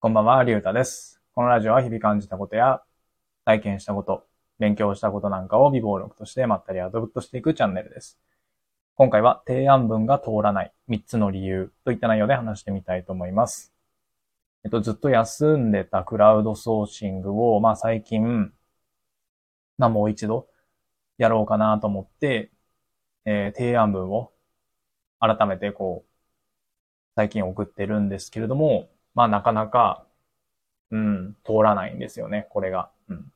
こんばんは、りゅうたです。このラジオは日々感じたことや体験したこと、勉強したことなんかを微暴録としてまったりアウトプットしていくチャンネルです。今回は提案文が通らない3つの理由といった内容で話してみたいと思います。ずっと休んでたクラウドソーシングを、最近、もう一度やろうかなと思って、提案文を改めて最近送ってるんですけれども、なかなか、通らないんですよね、これが。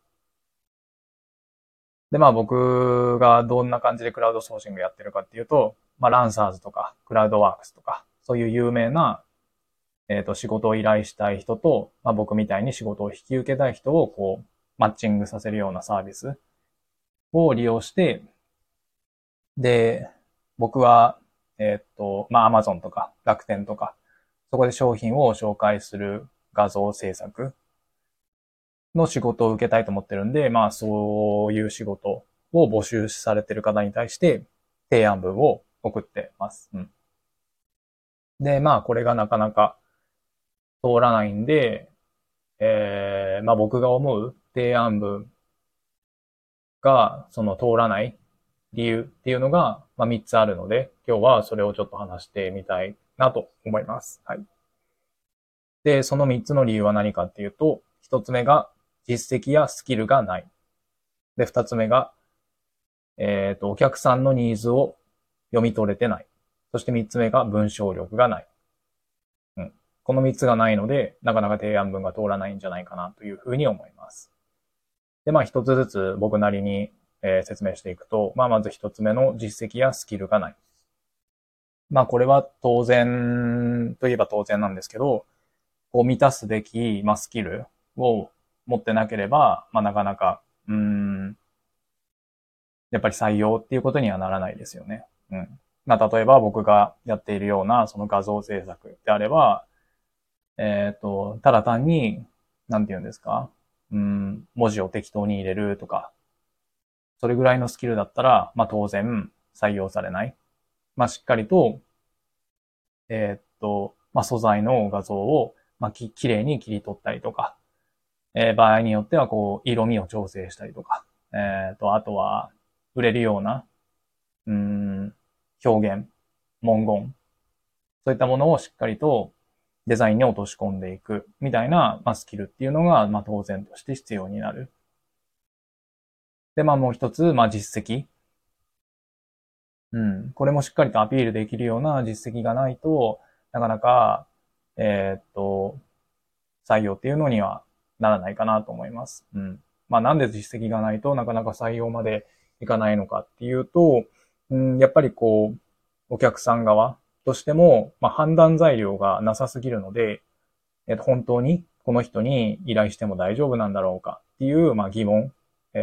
で、僕がどんな感じでクラウドソーシングやってるかっていうと、ランサーズとか、クラウドワークスとか、そういう有名な、仕事を依頼したい人と、僕みたいに仕事を引き受けたい人を、マッチングさせるようなサービスを利用して、で、僕は、アマゾンとか、楽天とか、そこで商品を紹介する画像制作の仕事を受けたいと思ってるんで、そういう仕事を募集されてる方に対して提案文を送ってます。で、これがなかなか通らないんで、僕が思う提案文が、その通らない理由っていうのが、3つあるので、今日はそれをちょっと話してみたいなと思います。はい。で、その3つの理由は何かっていうと、1つ目が実績やスキルがない。で、2つ目がお客さんのニーズを読み取れてない。そして三つ目が文章力がない。うん。この三つがないので、なかなか提案文が通らないんじゃないかなというふうに思います。で、一つずつ僕なりに、説明していくと、まず一つ目の実績やスキルがない。これは当然といえば当然なんですけど、満たすべき、スキルを持ってなければ、なかなか、やっぱり採用っていうことにはならないですよね。例えば僕がやっているようなその画像制作であれば、ただ単に、なんて言うんですか、文字を適当に入れるとか、それぐらいのスキルだったら、当然採用されない。しっかりと、素材の画像を、綺麗に切り取ったりとか、場合によっては色味を調整したりとか、あとは、売れるような、うーん、表現、文言、そういったものをしっかりとデザインに落とし込んでいくみたいな、スキルっていうのが、当然として必要になる。で、もう一つ、実績。これもしっかりとアピールできるような実績がないと、なかなか、えーっと、採用っていうのにはならないかなと思います。なんで実績がないとなかなか採用までいかないのかっていうと、やっぱりお客さん側としても、判断材料がなさすぎるので、本当にこの人に依頼しても大丈夫なんだろうかっていう、疑問、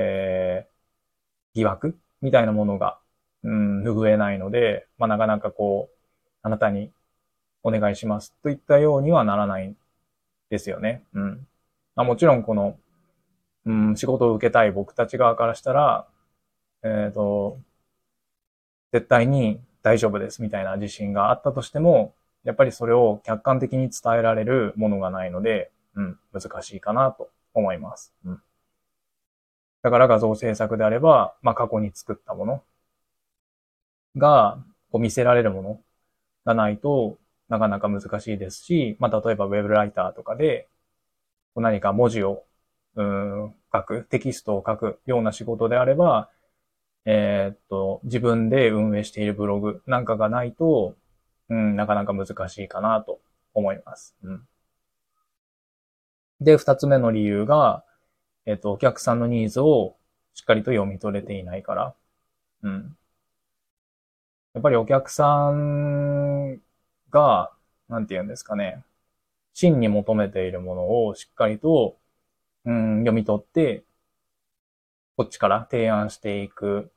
疑惑みたいなものが、拭えないので、なかなかあなたにお願いしますといったようにはならないんですよね。もちろん仕事を受けたい僕たち側からしたら、えっと、絶対に大丈夫ですみたいな自信があったとしても、やっぱりそれを客観的に伝えられるものがないので、難しいかなと思います。だから画像制作であれば、過去に作ったものが、見せられるものがないとなかなか難しいですし、例えばウェブライターとかで、何か文字を、書く、テキストを書くような仕事であれば、自分で運営しているブログなんかがないと、なかなか難しいかなと思います。で、二つ目の理由が、お客さんのニーズをしっかりと読み取れていないから。うん。やっぱりお客さんが、なんて言うんですかね、真に求めているものをしっかりと、読み取って、こっちから提案していく。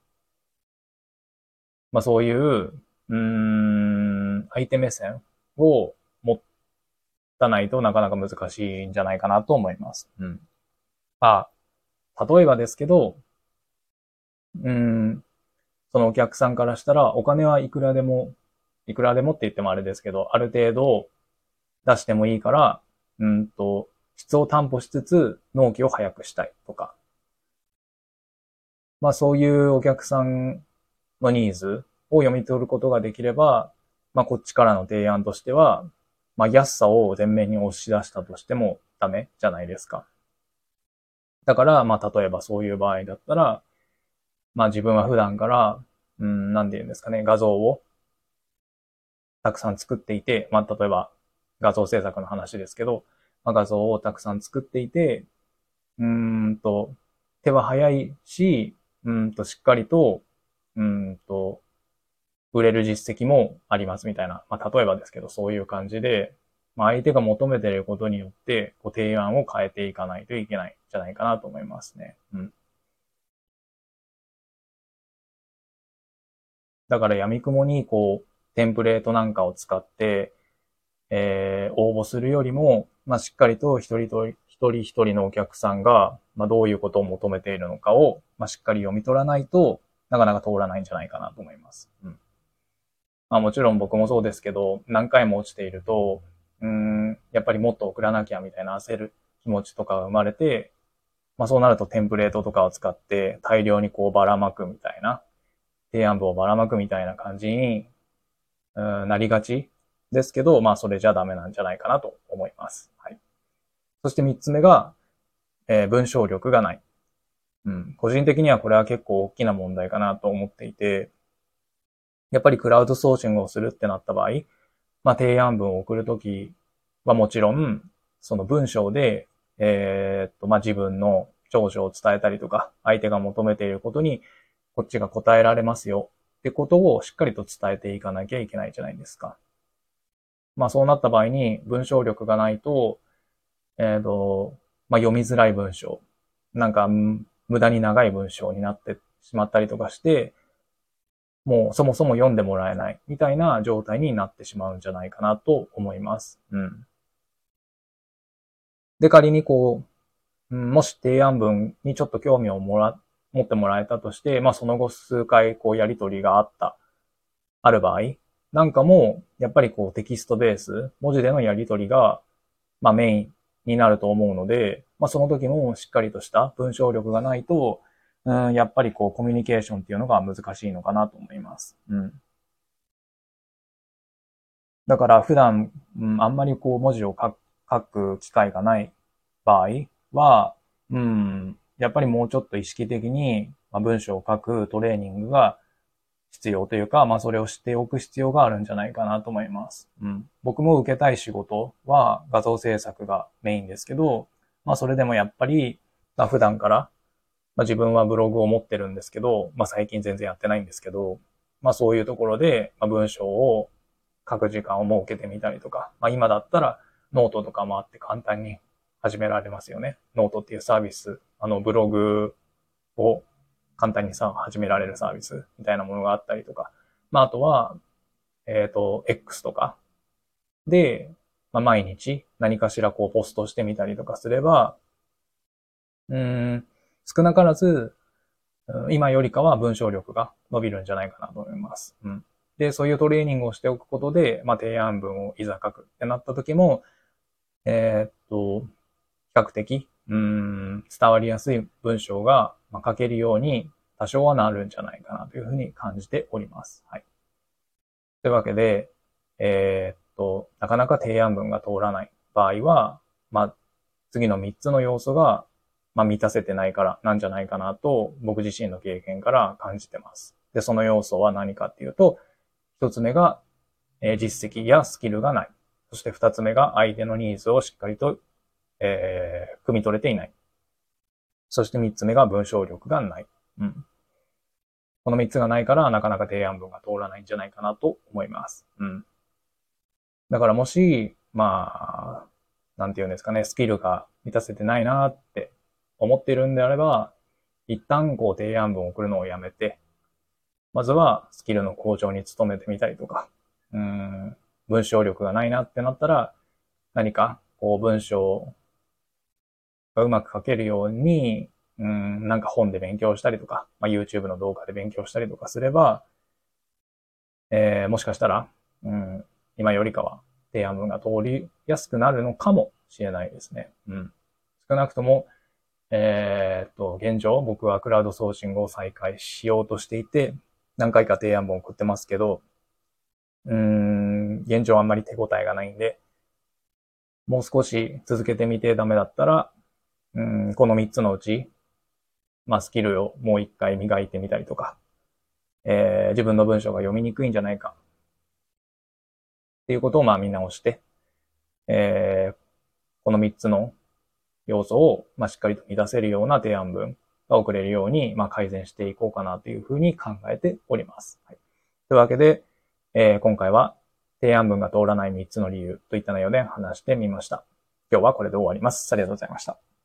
そういう、相手目線を持たないとなかなか難しいんじゃないかなと思います。ま例えばですけど、うん、そのお客さんからしたら、お金はいくらでも、いくらでもって言ってもあれですけど、ある程度出してもいいから、 質を担保しつつ納期を早くしたいとか、まあそういうお客さんのニーズを読み取ることができれば、まあこっちからの提案としては、まあ安さを前面に押し出したとしてもダメじゃないですか。だから、まあ例えばそういう場合だったら、まあ自分は普段から、なんて言うんですかね、画像をたくさん作っていて、まあ例えば画像制作の話ですけど、まあ、画像をたくさん作っていて、うーんと、手は早いし、しっかりと、うーんと、売れる実績もありますみたいな。まあ、例えばですけど、そういう感じで、まあ、相手が求めていることによって、こう、提案を変えていかないといけないんじゃないかなと思いますね。うん。だから、闇雲に、こう、テンプレートなんかを使って、応募するよりも、まあ、しっかりと一人一人のお客さんが、まあ、どういうことを求めているのかを、まあ、しっかり読み取らないとなかなか通らないんじゃないかなと思います。うん。まあ、もちろん僕もそうですけど、何回も落ちていると、やっぱりもっと送らなきゃみたいな焦る気持ちとかが生まれて、まあ、そうなるとテンプレートとかを使って大量にこうばらまくみたいな、提案部をばらまくみたいな感じに、なりがちですけど、まあそれじゃダメなんじゃないかなと思います。はい。そして三つ目が、文章力がない。個人的にはこれは結構大きな問題かなと思っていて、やっぱりクラウドソーシングをするってなった場合、まあ提案文を送るときはもちろん、その文章で、まあ自分の長所を伝えたりとか、相手が求めていることにこっちが答えられますよってことをしっかりと伝えていかなきゃいけないじゃないですか。まあそうなった場合に文章力がないと、まあ読みづらい文章、なんか無駄に長い文章になってしまったりとかして、もうそもそも読んでもらえないみたいな状態になってしまうんじゃないかなと思います。うん。で、仮にこう、もし提案文にちょっと興味を持ってもらえたとして、まあその後数回こうやりとりがある場合なんかも、やっぱりこうテキストベース、文字でのやりとりが、まあメインになると思うので、まあその時もしっかりとした文章力がないと、やっぱりこうコミュニケーションっていうのが難しいのかなと思います。うん。だから普段、あんまりこう文字を書く機会がない場合は、やっぱりもうちょっと意識的に、まあ、文章を書くトレーニングが必要というか、まあそれを知っておく必要があるんじゃないかなと思います。僕も受けたい仕事は画像制作がメインですけど、まあそれでもやっぱり、まあ、普段から、まあ、自分はブログを持ってるんですけど、まあ最近全然やってないんですけど、まあそういうところで、まあ、文章を書く時間を設けてみたりとか、まあ今だったらノートとかもあって簡単に始められますよね。ノートっていうサービス、ブログを簡単に始められるサービスみたいなものがあったりとか、まああとは、X とかで、まあ、毎日何かしらこうポストしてみたりとかすれば、うーん、少なからず、今よりかは文章力が伸びるんじゃないかなと思います。で、そういうトレーニングをしておくことで、まあ、提案文をいざ書くってなった時も、比較的、伝わりやすい文章が、まあ、書けるように多少はなるんじゃないかなというふうに感じております。はい。というわけで、なかなか提案文が通らない場合は、まあ、次の3つの要素が、まあ、満たせてないからなんじゃないかなと、僕自身の経験から感じてます。で、その要素は何かっていうと、1つ目が、実績やスキルがない。そして2つ目が相手のニーズをしっかりと、汲み取れていない。そして3つ目が文章力がない。この3つがないから、なかなか提案文が通らないんじゃないかなと思います。だからもし、まあ、なんていうんですかね、スキルが満たせてないなって思っているんであれば、一旦こう提案文を送るのをやめて、まずはスキルの向上に努めてみたりとか、文章力がないなってなったら、何かこう文章がうまく書けるように、なんか本で勉強したりとか、まあ、YouTube の動画で勉強したりとかすれば、もしかしたら、今よりかは提案文が通りやすくなるのかもしれないですね。うん。少なくとも、現状、僕はクラウドソーシングを再開しようとしていて、何回か提案本を送ってますけど、現状あんまり手応えがないんで、もう少し続けてみてダメだったら、この3つのうち、まあスキルをもう一回磨いてみたりとか、自分の文章が読みにくいんじゃないかっていうことをまあ見直して、この3つの要素をまあしっかりと満たせるような提案文が送れるようにまあ改善していこうかなというふうに考えております。はい、というわけで、今回は提案文が通らない3つの理由といった内容で話してみました。今日はこれで終わります。ありがとうございました。